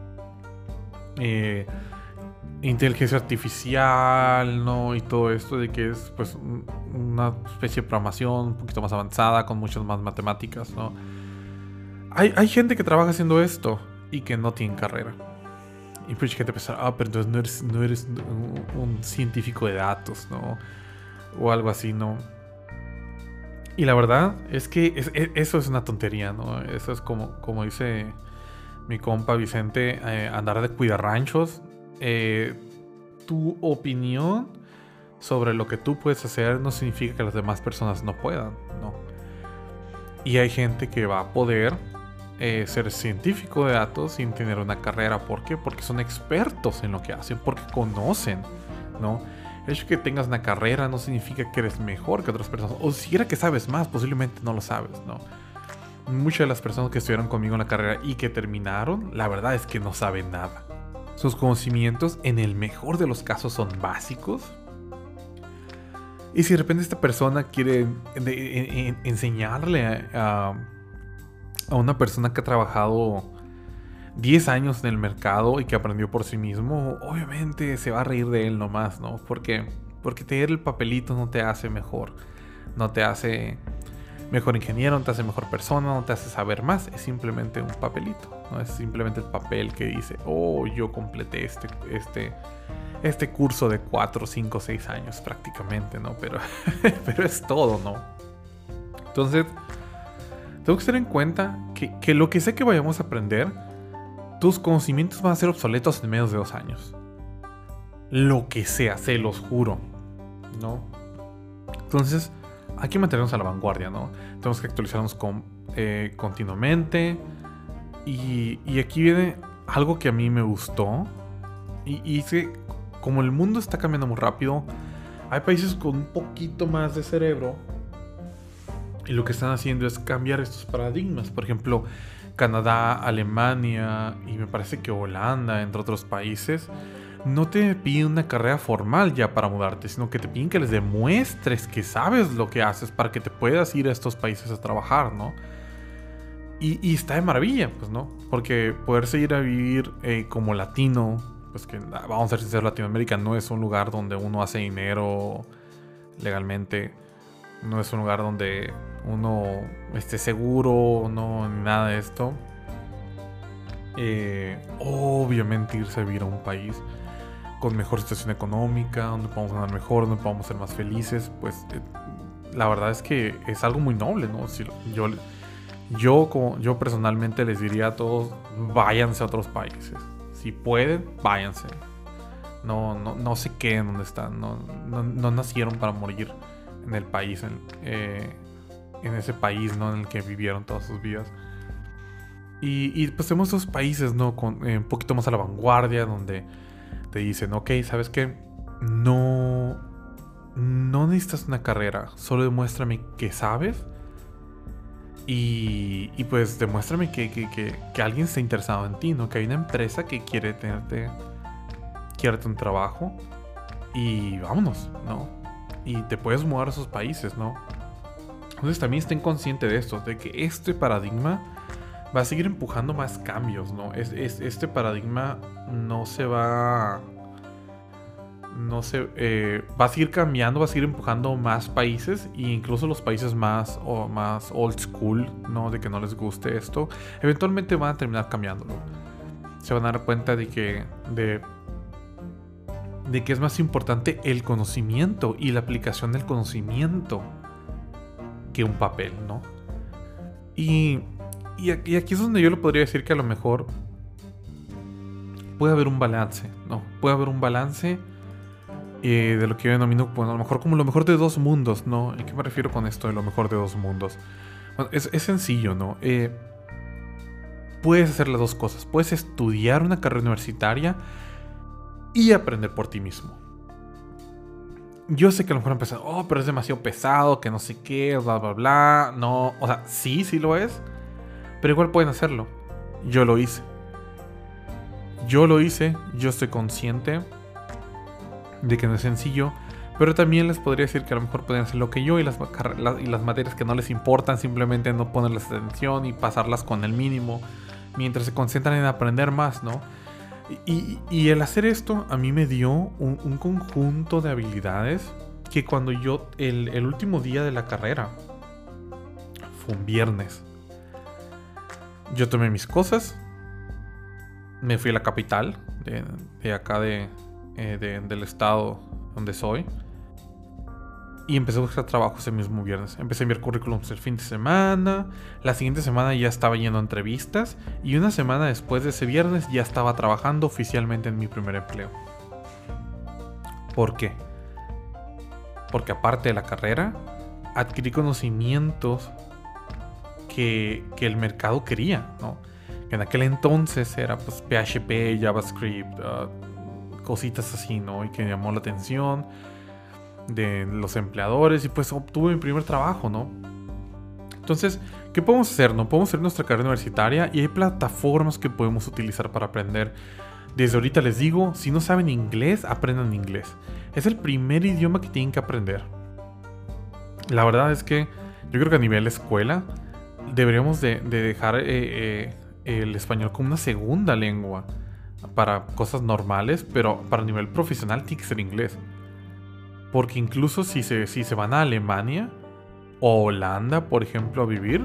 Eh, inteligencia artificial, ¿no? Y todo esto de que es pues una especie de programación un poquito más avanzada, con muchas más matemáticas, ¿no? Hay, hay gente que trabaja haciendo esto y que no tiene carrera. Y pues gente pensar, ah, pero entonces no eres, no eres un, un científico de datos, ¿no? O algo así, ¿no? Y la verdad es que es, es, eso es una tontería, ¿no? Eso es como, como dice mi compa Vicente, eh, andar de cuidarranchos. Eh, tu opinión sobre lo que tú puedes hacer no significa que las demás personas no puedan, ¿no? Y hay gente que va a poder eh, ser científico de datos sin tener una carrera. ¿Por qué? Porque son expertos en lo que hacen, porque conocen, ¿no? El hecho de que tengas una carrera no significa que eres mejor que otras personas. O siquiera que sabes más, posiblemente no lo sabes, ¿no? Muchas de las personas que estuvieron conmigo en la carrera y que terminaron, la verdad es que no saben nada. Sus conocimientos, en el mejor de los casos, son básicos. Y si de repente esta persona quiere de, de, de, enseñarle a, a una persona que ha trabajado diez años en el mercado y que aprendió por sí mismo, obviamente se va a reír de él nomás, ¿no? ¿Por qué? Porque tener el papelito no te hace mejor. No te hace mejor ingeniero, no te hace mejor persona, no te hace saber más. Es simplemente un papelito, ¿no? Es simplemente el papel que dice, oh, yo completé este, este, este curso de cuatro, cinco, seis años prácticamente, ¿no? Pero, pero es todo, ¿no? Entonces, tengo que tener en cuenta que, que lo que sé que vayamos a aprender, tus conocimientos van a ser obsoletos en menos de dos años. Lo que sea, se los juro, ¿no? Entonces, hay que mantenernos a la vanguardia, ¿no? Tenemos que actualizarnos con, eh, continuamente. Y, y aquí viene algo que a mí me gustó. Y, y es que, como el mundo está cambiando muy rápido, hay países con un poquito más de cerebro. Y lo que están haciendo es cambiar estos paradigmas. Por ejemplo, Canadá, Alemania y me parece que Holanda, entre otros países, no te piden una carrera formal ya para mudarte, sino que te piden que les demuestres que sabes lo que haces para que te puedas ir a estos países a trabajar, ¿no? Y, y está de maravilla, pues, ¿no? Porque poderse ir a vivir eh, como latino, pues que, vamos a ser sinceros, Latinoamérica no es un lugar donde uno hace dinero legalmente. No es un lugar donde uno esté seguro, no, ni nada de esto. Eh, obviamente irse a vivir a un país con mejor situación económica, donde podamos ganar mejor, donde podamos ser más felices, pues eh, la verdad es que es algo muy noble, ¿no? Si yo, Yo, como, yo personalmente les diría a todos, váyanse a otros países. Si pueden, váyanse. No, no, no se queden donde están. No, no, no nacieron para morir en el país, en, eh, en ese país, ¿no? En el que vivieron todas sus vidas. Y, y pues tenemos esos países, ¿no? Con, eh, un poquito más a la vanguardia, donde te dicen, ok, ¿sabes qué? No, no necesitas una carrera, solo demuéstrame que sabes. Y, y pues demuéstrame que, que, que, que alguien está interesado en ti, ¿no? Que hay una empresa que quiere tenerte, quiere un trabajo. Y vámonos, ¿no? Y te puedes mudar a esos países, ¿no? Entonces también estén conscientes de esto, de que este paradigma va a seguir empujando más cambios, ¿no? Es, es, este paradigma no se va... No se... Eh, va a seguir cambiando, va a seguir empujando más países. E incluso los países más, o más old school, ¿no? De que no les guste esto, eventualmente van a terminar cambiándolo. Se van a dar cuenta de que... De, de que es más importante el conocimiento y la aplicación del conocimiento que un papel, ¿no? Y... Y aquí es donde yo le podría decir que a lo mejor puede haber un balance, ¿no? Puede haber un balance eh, de lo que yo denomino, bueno, a lo mejor como lo mejor de dos mundos, ¿no? ¿Y qué me refiero con esto de lo mejor de dos mundos? Bueno, es, es sencillo, ¿no? Eh, puedes hacer las dos cosas. Puedes estudiar una carrera universitaria y aprender por ti mismo. Yo sé que a lo mejor empezar, oh, pero es demasiado pesado, que no sé qué, bla, bla, bla. No, o sea, sí, sí lo es. Pero igual pueden hacerlo. Yo lo hice. Yo lo hice. Yo estoy consciente de que no es sencillo. Pero también les podría decir que a lo mejor pueden hacer lo que yo. Y las, y las materias que no les importan, simplemente no ponerles atención y pasarlas con el mínimo. Mientras se concentran en aprender más, ¿no? Y, y, y el hacer esto a mí me dio un, un conjunto de habilidades que cuando yo... El, el último día de la carrera fue un viernes. Yo tomé mis cosas, me fui a la capital de, de acá de, eh, de, del estado donde soy y empecé a buscar trabajo ese mismo viernes. Empecé a enviar currículums el fin de semana, la siguiente semana ya estaba yendo a entrevistas y una semana después de ese viernes ya estaba trabajando oficialmente en mi primer empleo. ¿Por qué? Porque aparte de la carrera, adquirí conocimientos Que, que el mercado quería, ¿no? Que en aquel entonces era pues P H P, JavaScript, uh, cositas así, ¿no? Y que llamó la atención de los empleadores y pues obtuve mi primer trabajo, ¿no? Entonces, ¿qué podemos hacer? ¿No? Podemos hacer nuestra carrera universitaria y hay plataformas que podemos utilizar para aprender. Desde ahorita les digo, si no saben inglés, aprendan inglés. Es el primer idioma que tienen que aprender. La verdad es que yo creo que a nivel escuela deberíamos de, de dejar eh, eh, el español como una segunda lengua para cosas normales, pero para nivel profesional tiene que ser inglés. Porque incluso si se, si se van a Alemania o Holanda, por ejemplo, a vivir,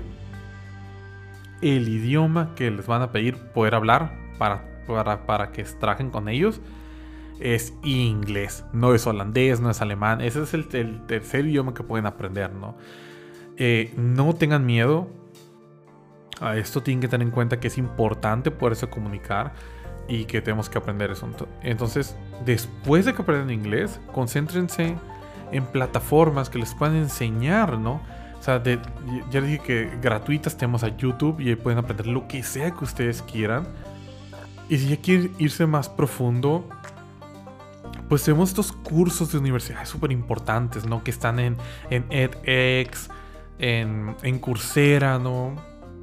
el idioma que les van a pedir poder hablar para, para, para que trabajen con ellos es inglés. No es holandés, no es alemán. Ese es el, el tercer idioma que pueden aprender, ¿no? Eh, no tengan miedo a esto. Tienen que tener en cuenta que es importante poderse comunicar y que tenemos que aprender eso. Entonces, después de que aprendan inglés, concéntrense en plataformas que les puedan enseñar, ¿no? O sea, de, ya les dije que gratuitas tenemos a YouTube y ahí pueden aprender lo que sea que ustedes quieran. Y si ya quieren irse más profundo, pues tenemos estos cursos de universidad súper importantes, ¿no? Que están en, en edX, en, en Coursera, ¿no?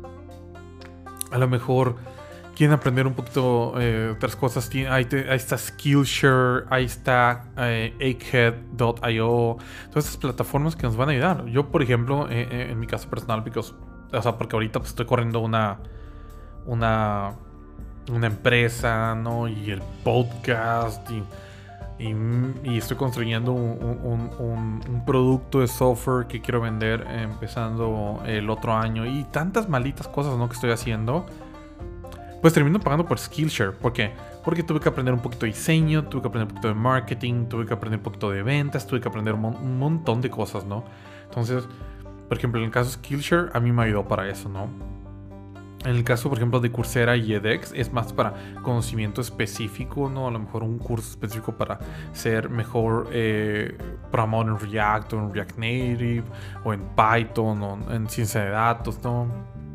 A lo mejor quieren aprender un poquito eh, otras cosas. Ahí, te, ahí está Skillshare, ahí está eh, egghead punto io. Todas estas plataformas que nos van a ayudar. Yo, por ejemplo, eh, eh, en mi caso personal, because, o sea, porque ahorita pues, estoy corriendo una, una, una empresa, ¿no? Y el podcast y... Y, y estoy construyendo un, un, un, un producto de software que quiero vender empezando el otro año. Y tantas malditas cosas, ¿no? Que estoy haciendo. Pues termino pagando por Skillshare. ¿Por qué? Porque tuve que aprender un poquito de diseño, tuve que aprender un poquito de marketing, tuve que aprender un poquito de ventas, tuve que aprender un, mon un montón de cosas, ¿no? Entonces, Por ejemplo, en el caso de Skillshare, a mí me ayudó para eso, ¿no? En el caso, por ejemplo, de Coursera y edX, es más para conocimiento específico, ¿no? A lo mejor un curso específico para ser mejor eh, programador en React o en React Native o en Python o en ciencia de datos, ¿no?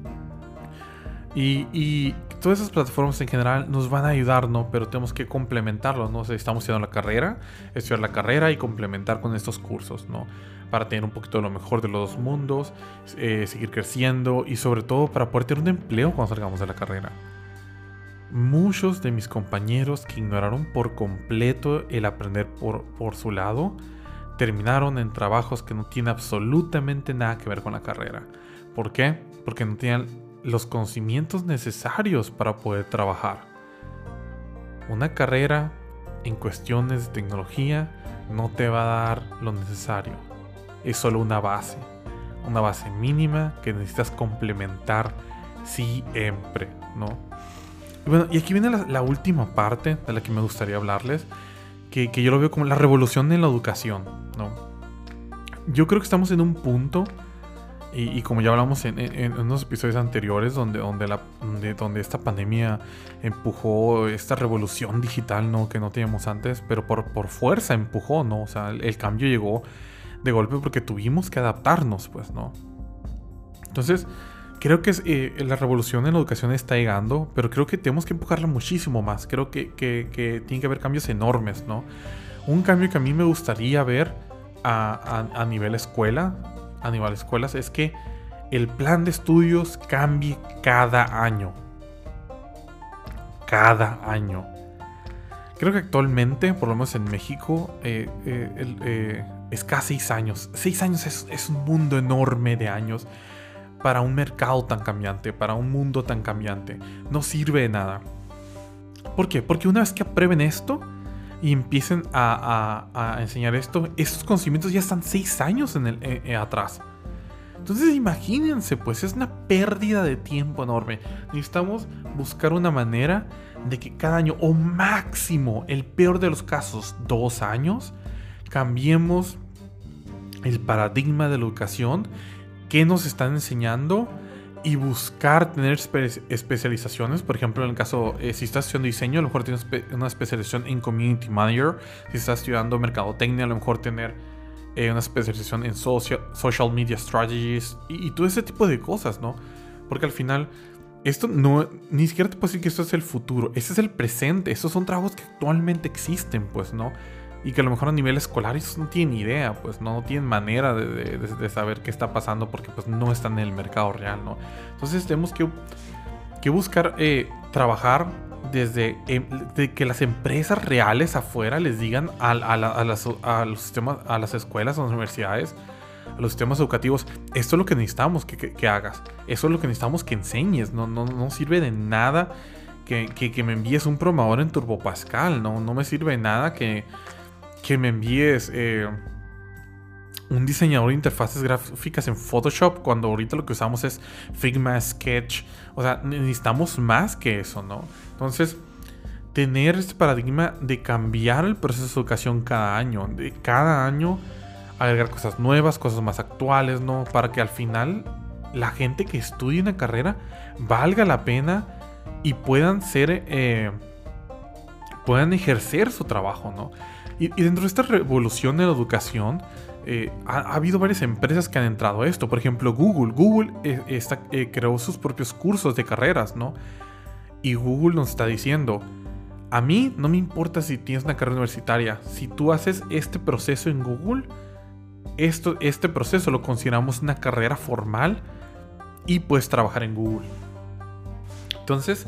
Y, y todas esas plataformas en general nos van a ayudar, ¿no? Pero tenemos que complementarlo, ¿no? O sea, estamos estudiando la carrera, estudiar la carrera y complementar con estos cursos, ¿no? Para tener un poquito de lo mejor de los dos mundos, eh, seguir creciendo y sobre todo para poder tener un empleo cuando salgamos de la carrera. Muchos de mis compañeros que ignoraron por completo el aprender por, por su lado, terminaron en trabajos que no tienen absolutamente nada que ver con la carrera. ¿Por qué? Porque no tenían los conocimientos necesarios para poder trabajar. Una carrera en cuestiones de tecnología no te va a dar lo necesario. Es solo una base, una base mínima que necesitas complementar siempre, ¿no? Y bueno, y aquí viene la, la última parte de la que me gustaría hablarles, que, que yo lo veo como la revolución en la educación, ¿no? Yo creo que estamos en un punto, y, y como ya hablamos en, en, en unos episodios anteriores, donde, donde, la, donde, donde esta pandemia empujó esta revolución digital, ¿no? Que no teníamos antes, pero por, por fuerza empujó, ¿no? O sea, el, el cambio llegó de golpe porque tuvimos que adaptarnos, pues, ¿no? Entonces, creo que es, eh, la revolución en la educación está llegando, pero creo que tenemos que empujarla muchísimo más. Creo que, que, que tiene que haber cambios enormes, ¿no? Un cambio que a mí me gustaría ver a, a, a nivel escuela, a nivel escuelas, es que el plan de estudios cambie cada año. Cada año. Creo que actualmente, por lo menos en México, eh, eh, el, eh, es cada seis años. Seis años es, es un mundo enorme de años para un mercado tan cambiante, para un mundo tan cambiante. No sirve de nada. ¿Por qué? Porque una vez que aprueben esto y empiecen a, a, a enseñar esto, estos conocimientos ya están seis años en el, eh, eh, atrás. Entonces imagínense, pues es una pérdida de tiempo enorme. Necesitamos buscar una manera de que cada año, o máximo, el peor de los casos, dos años, cambiemos el paradigma de la educación, qué nos están enseñando y buscar tener espe- especializaciones. Por ejemplo, en el caso, eh, si estás estudiando diseño, a lo mejor tienes espe- una especialización en Community Manager. Si estás estudiando mercadotecnia, a lo mejor tener eh, una especialización en social, social Media Strategies y, y todo ese tipo de cosas, ¿no? Porque al final, esto no, ni siquiera te puedo decir que esto es el futuro, este es el presente. Estos son trabajos que actualmente existen, pues, ¿no? Y que a lo mejor a nivel escolar ellos no tienen idea, pues no, no tienen manera de, de, de saber qué está pasando porque pues no están en el mercado real, ¿no? Entonces tenemos que, que buscar eh, trabajar desde eh, de que las empresas reales afuera les digan a, a, la, a, las, a, los sistemas, a las escuelas, a las universidades, a los sistemas educativos, esto es lo que necesitamos que, que, que hagas, eso es lo que necesitamos que enseñes, no, no, no sirve de nada que, que, que me envíes un programador en Turbo Pascal, no, no me sirve de nada que que me envíes eh, un diseñador de interfaces gráficas en Photoshop cuando ahorita lo que usamos es Figma, Sketch. O sea, necesitamos más que eso, ¿no? Entonces, tener este paradigma de cambiar el proceso de educación cada año, de cada año agregar cosas nuevas, cosas más actuales, ¿no? Para que al final la gente que estudie una carrera valga la pena y puedan ser, eh, puedan ejercer su trabajo, ¿no? Y, y dentro de esta revolución de la educación, eh, ha, ha habido varias empresas que han entrado a esto. Por ejemplo, Google. Google eh, está, eh, creó sus propios cursos de carreras, ¿no? Y Google nos está diciendo, a mí no me importa si tienes una carrera universitaria. Si tú haces este proceso en Google, esto, este proceso lo consideramos una carrera formal y puedes trabajar en Google. Entonces,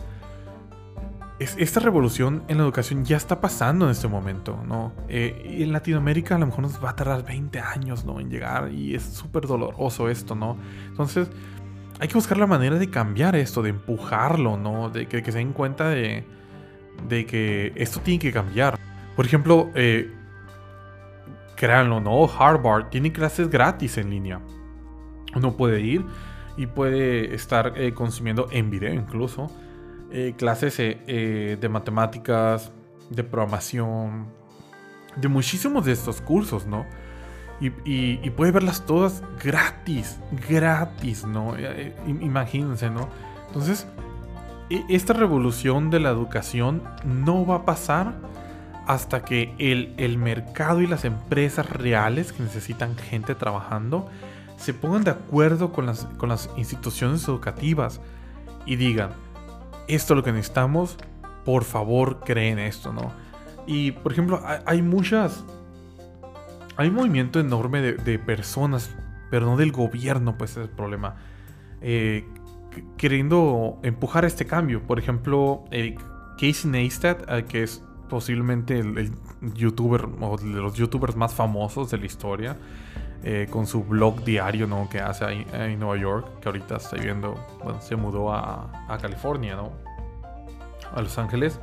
esta revolución en la educación ya está pasando en este momento, ¿no? Eh, y en Latinoamérica a lo mejor nos va a tardar veinte años, ¿no? En llegar, y es súper doloroso esto, ¿no? Entonces, hay que buscar la manera de cambiar esto, de empujarlo, ¿no? De que, que se den cuenta de, de que esto tiene que cambiar. Por ejemplo, eh, créanlo, ¿no? Harvard tiene clases gratis en línea. Uno puede ir y puede estar eh, consumiendo en video incluso Eh, clases eh, eh, de matemáticas, de programación, de muchísimos de estos cursos, ¿no? Y, y, y puede verlas todas gratis, gratis, ¿no? Imagínense, ¿no? Entonces, esta revolución de la educación no va a pasar hasta que el, el mercado y las empresas reales que necesitan gente trabajando se pongan de acuerdo con las, con las instituciones educativas y digan, esto es lo que necesitamos, por favor creen esto, ¿no? Y, por ejemplo, hay, hay muchas... Hay un movimiento enorme de, de personas, pero no del gobierno, pues ese es el problema, eh, queriendo empujar este cambio. Por ejemplo, eh, Casey Neistat, eh, que es posiblemente el, el youtuber o de los youtubers más famosos de la historia, eh, con su blog diario, ¿no? Que hace ahí en Nueva York, que ahorita está viviendo, bueno, se mudó a, a California, ¿no? A Los Ángeles.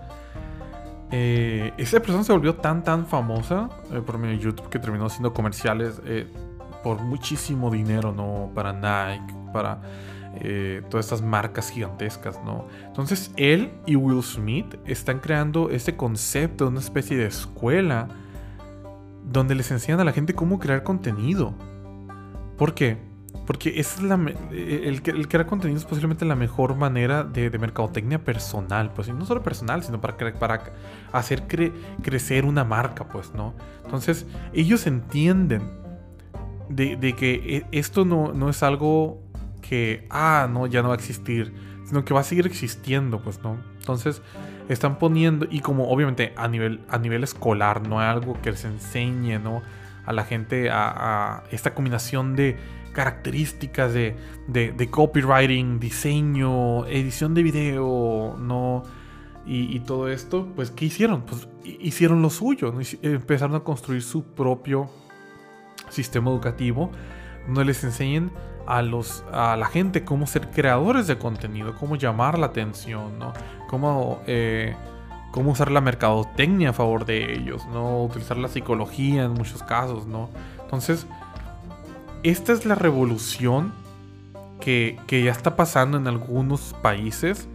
Eh, esa persona se volvió tan tan famosa eh, por medio de YouTube que terminó haciendo comerciales eh, por muchísimo dinero, ¿no? Para Nike, para eh, todas estas marcas gigantescas, ¿no? Entonces él y Will Smith están creando este concepto de una especie de escuela donde les enseñan a la gente cómo crear contenido. ¿Por qué? Porque esa es la, el, el crear contenido es posiblemente la mejor manera de, de mercadotecnia personal, pues, y no solo personal, sino para, para hacer cre, crecer una marca, pues, ¿no? Entonces, ellos entienden de, de que esto no, no es algo que, ah, no, ya no va a existir, sino que va a seguir existiendo, pues, ¿no? Entonces, están poniendo, y como obviamente a nivel, a nivel escolar, no es algo que les enseñe, ¿no? A la gente a, a esta combinación de características de, de, de copywriting, diseño, edición de video, ¿no? Y, y todo esto, pues, ¿qué hicieron? Pues hicieron lo suyo, ¿no? Empezaron a construir su propio sistema educativo donde les enseñen a, los, a la gente cómo ser creadores de contenido, cómo llamar la atención, ¿no? Cómo, eh, cómo usar la mercadotecnia a favor de ellos, ¿no? Utilizar la psicología en muchos casos, ¿no? Entonces, esta es la revolución que, que ya está pasando en algunos países,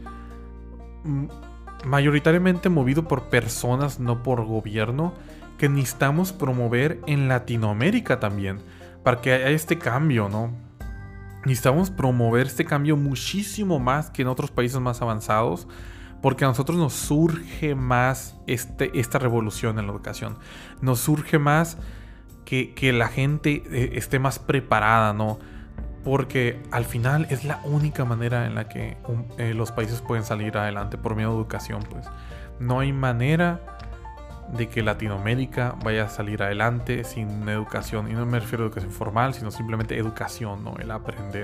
mayoritariamente movido por personas, no por gobierno, que necesitamos promover en Latinoamérica también, para que haya este cambio, ¿no? Necesitamos promover este cambio muchísimo más que en otros países más avanzados, porque a nosotros nos surge más este, esta revolución en la educación. Nos surge más que, que la gente eh, esté más preparada, ¿no? Porque al final es la única manera en la que um, eh, los países pueden salir adelante por medio de educación, pues. No hay manera de que Latinoamérica vaya a salir adelante sin educación. Y no me refiero a educación formal, sino simplemente educación, ¿no? El aprender.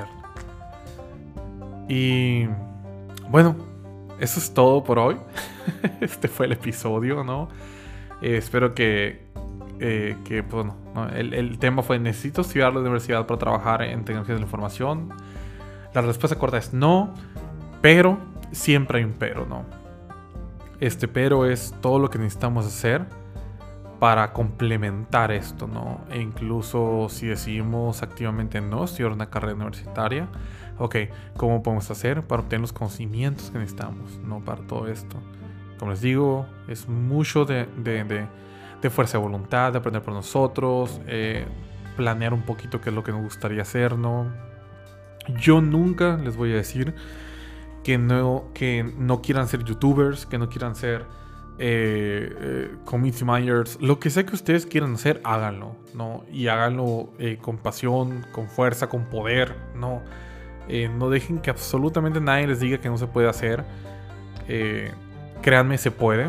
Y bueno, eso es todo por hoy. Este fue el episodio, ¿no? Eh, espero que, eh, que bueno, ¿no? el, el tema fue: ¿necesito estudiar la universidad para trabajar en tecnologías de la información? La respuesta corta es no, pero siempre hay un pero, ¿no? Este pero es todo lo que necesitamos hacer para complementar esto, ¿no? E incluso si decidimos activamente no estudiar una carrera universitaria, ok, ¿cómo podemos hacer para obtener los conocimientos que necesitamos, ¿no? Para todo esto. Como les digo, es mucho de, de, de, de fuerza de voluntad, de aprender por nosotros, eh, planear un poquito qué es lo que nos gustaría hacer, ¿no? Yo nunca les voy a decir que no, que no quieran ser youtubers, que no quieran ser eh, eh, community managers. Lo que sea que ustedes quieran hacer, háganlo, ¿no? Y háganlo eh, con pasión, con fuerza, con poder, ¿no? Eh, no dejen que absolutamente nadie les diga que no se puede hacer. Eh, créanme, se puede.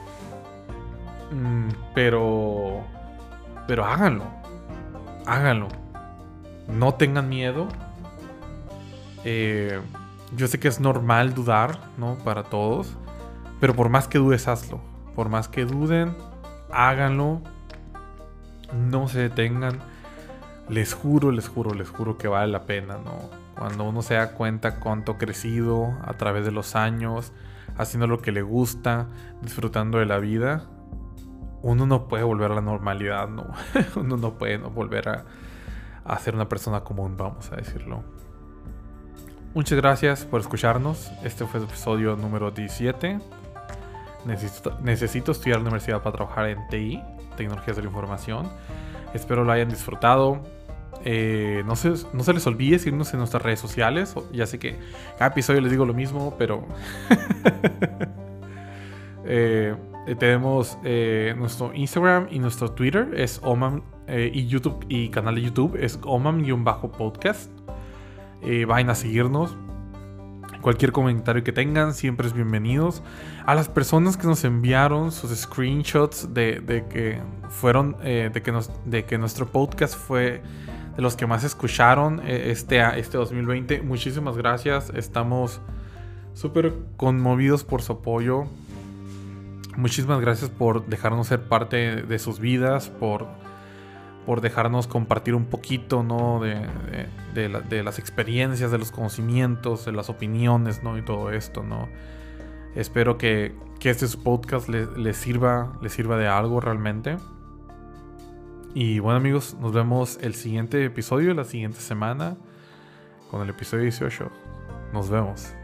Mm, pero... Pero háganlo. Háganlo. No tengan miedo. Eh... Yo sé que es normal dudar, ¿no? Para todos. Pero por más que dudes, hazlo. Por más que duden, háganlo. No se detengan. Les juro, les juro, les juro que vale la pena, ¿no? Cuando uno se da cuenta cuánto ha crecido a través de los años, haciendo lo que le gusta, disfrutando de la vida, uno no puede volver a la normalidad, ¿no? Uno no puede no volver a, a ser una persona común, vamos a decirlo. Muchas gracias por escucharnos. Este fue el episodio número diecisiete. Necesito, necesito estudiar en la universidad para trabajar en T I, Tecnologías de la Información. Espero lo hayan disfrutado. Eh, no, se, no se les olvide seguirnos en nuestras redes sociales. Ya sé que cada episodio les digo lo mismo, pero eh, tenemos eh, nuestro Instagram y nuestro Twitter es Omam, eh, y YouTube y canal de YouTube es Omam-podcast. Eh, vayan a seguirnos. Cualquier comentario que tengan siempre es bienvenidos. A las personas que nos enviaron sus screenshots de, de que fueron eh, de, que nos, de que nuestro podcast fue de los que más escucharon eh, este, este dos mil veinte, muchísimas gracias. Estamos súper conmovidos por su apoyo. Muchísimas gracias por dejarnos ser parte de sus vidas, por, por dejarnos compartir un poquito, ¿no? de, de, de, la, de las experiencias, de los conocimientos, de las opiniones, ¿no? Y todo esto, ¿no? Espero que, que este podcast les, les sirva, les sirva de algo realmente. Y bueno, amigos, nos vemos el siguiente episodio, la siguiente semana, con el episodio dieciocho. Nos vemos.